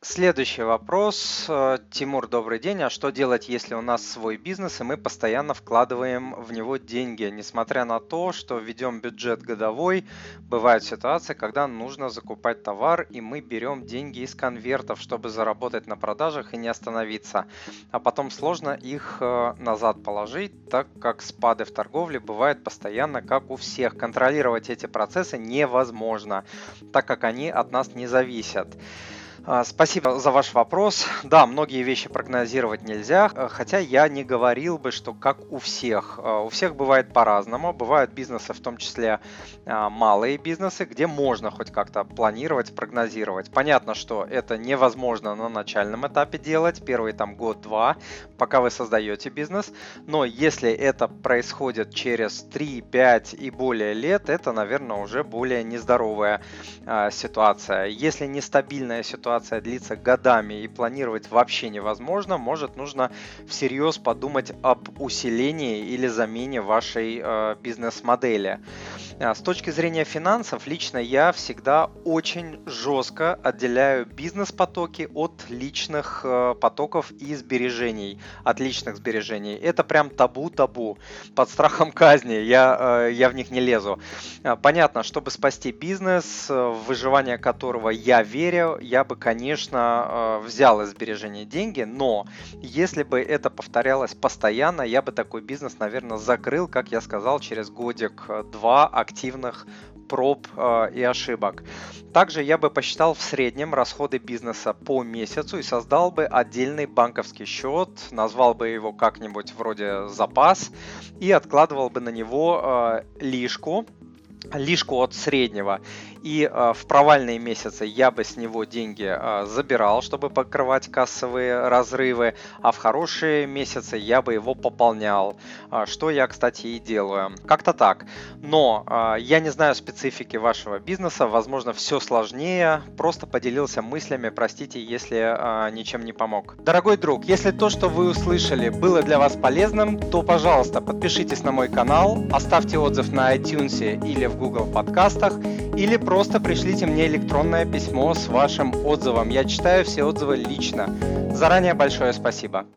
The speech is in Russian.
Следующий вопрос. Тимур, добрый день. А что делать, если у нас свой бизнес и мы постоянно вкладываем в него деньги? Несмотря на то, что ведем бюджет годовой, бывают ситуации, когда нужно закупать товар, и мы берем деньги из конвертов, чтобы заработать на продажах и не остановиться. А потом сложно их назад положить, так как спады в торговле бывают постоянно, как у всех. Контролировать эти процессы невозможно, так как они от нас не зависят. Спасибо за ваш вопрос. Да, многие вещи прогнозировать нельзя, хотя я не говорил бы, что как у всех. У всех бывает по-разному. Бывают бизнесы, в том числе малые бизнесы, где можно хоть как-то планировать, прогнозировать. Понятно, что это невозможно на начальном этапе делать, первый там год-два, пока вы создаете бизнес. Но если это происходит через 3-5 и более лет, это, наверное, уже более нездоровая ситуация. Если нестабильная ситуация длится годами и планировать вообще невозможно, может нужно всерьез подумать об усилении или замене вашей бизнес-модели. С точки зрения финансов, лично я всегда очень жестко отделяю бизнес-потоки от личных потоков и сбережений, от личных сбережений. Это прям табу-табу. Под страхом казни я в них не лезу. Понятно, чтобы спасти бизнес, в выживание которого я верю, я бы, конечно, взял из сбережений деньги, но если бы это повторялось постоянно, я бы такой бизнес, наверное, закрыл, как я сказал, через годик-два активных проб и ошибок. Также я бы посчитал в среднем расходы бизнеса по месяцу и создал бы отдельный банковский счет, назвал бы его как-нибудь вроде запас и откладывал бы на него лишку от среднего. И в провальные месяцы я бы с него деньги забирал, чтобы покрывать кассовые разрывы, а в хорошие месяцы я бы его пополнял, что я, кстати, и делаю. Как-то так. Но я не знаю специфики вашего бизнеса, возможно, все сложнее, просто поделился мыслями, простите, если ничем не помог. Дорогой друг, если то, что вы услышали, было для вас полезным, то, пожалуйста, подпишитесь на мой канал, оставьте отзыв на iTunes или в Google подкастах, или просто пришлите мне электронное письмо с вашим отзывом. Я читаю все отзывы лично. Заранее большое спасибо.